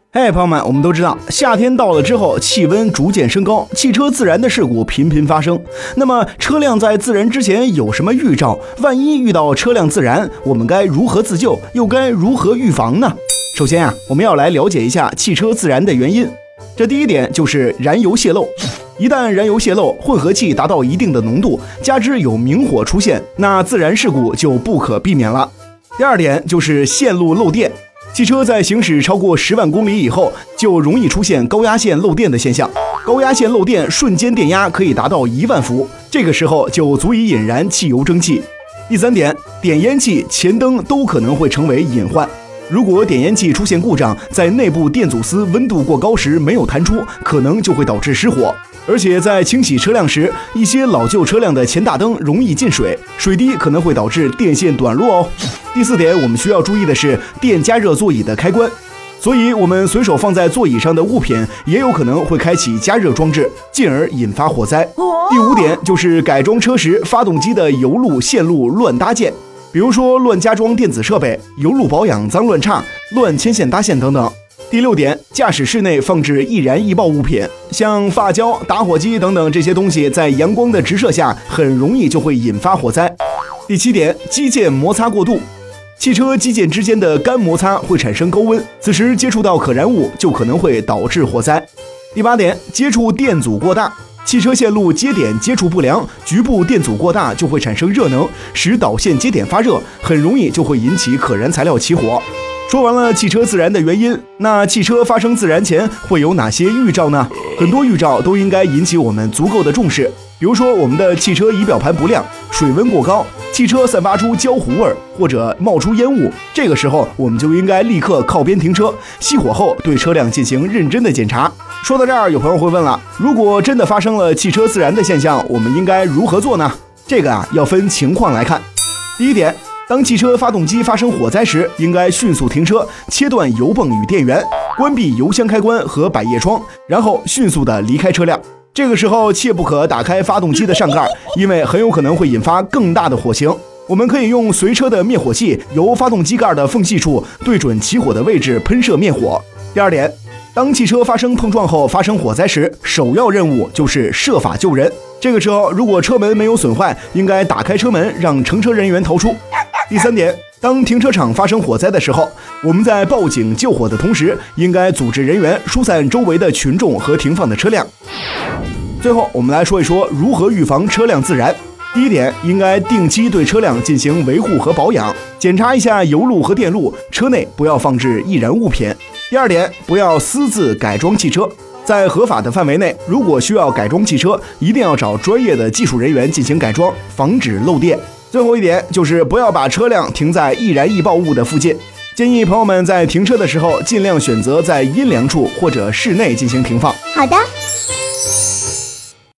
嘿，朋友们，我们都知道，夏天到了之后，气温逐渐升高，汽车自燃的事故频频发生。那么，车辆在自燃之前有什么预兆？万一遇到车辆自燃，我们该如何自救？又该如何预防呢？首先我们要来了解一下汽车自燃的原因。这第一点就是燃油泄漏。一旦燃油泄漏，混合气达到一定的浓度，加之有明火出现，那自燃事故就不可避免了。第二点就是线路漏电。汽车在行驶超过10万公里以后，就容易出现高压线漏电的现象。高压线漏电，瞬间电压可以达到1万伏，这个时候就足以引燃汽油蒸汽。第三点，点烟器、前灯都可能会成为隐患。如果点烟器出现故障，在内部电阻丝温度过高时没有弹出，可能就会导致失火。而且在清洗车辆时，一些老旧车辆的前大灯容易进水，水滴可能会导致电线短路哦。第四点，我们需要注意的是电加热座椅的开关，所以我们随手放在座椅上的物品也有可能会开启加热装置，进而引发火灾。第五点就是改装车时发动机的油路、线路乱搭建，比如说乱加装电子设备、油路保养脏乱差、乱牵线搭线等等。第六点，驾驶室内放置易燃易爆物品，像发胶、打火机等等这些东西，在阳光的直射下，很容易就会引发火灾。第七点，机件摩擦过度。汽车机件之间的干摩擦会产生高温，此时接触到可燃物就可能会导致火灾。第八点，接触电阻过大。汽车线路接点接触不良，局部电阻过大就会产生热能，使导线接点发热，很容易就会引起可燃材料起火。说完了汽车自燃的原因，那汽车发生自燃前会有哪些预兆呢？很多预兆都应该引起我们足够的重视，比如说我们的汽车仪表盘不亮、水温过高、汽车散发出焦糊味或者冒出烟雾，这个时候我们就应该立刻靠边停车，熄火后对车辆进行认真的检查。说到这儿，有朋友会问了，如果真的发生了汽车自燃的现象，我们应该如何做呢？这个要分情况来看。第一点，当汽车发动机发生火灾时，应该迅速停车，切断油泵与电源，关闭油箱开关和百叶窗，然后迅速的离开车辆。这个时候切不可打开发动机的上盖，因为很有可能会引发更大的火情。我们可以用随车的灭火器由发动机盖的缝隙处对准起火的位置喷射灭火。第二点，当汽车发生碰撞后发生火灾时，首要任务就是设法救人。这个时候，如果车门没有损坏，应该打开车门让乘车人员逃出。第三点，当停车场发生火灾的时候，我们在报警救火的同时，应该组织人员疏散周围的群众和停放的车辆。最后，我们来说一说如何预防车辆自燃。第一点，应该定期对车辆进行维护和保养，检查一下油路和电路，车内不要放置易燃物品。第二点，不要私自改装汽车，在合法的范围内，如果需要改装汽车，一定要找专业的技术人员进行改装，防止漏电。最后一点就是不要把车辆停在易燃易爆物的附近，建议朋友们在停车的时候尽量选择在阴凉处或者室内进行停放。 好的。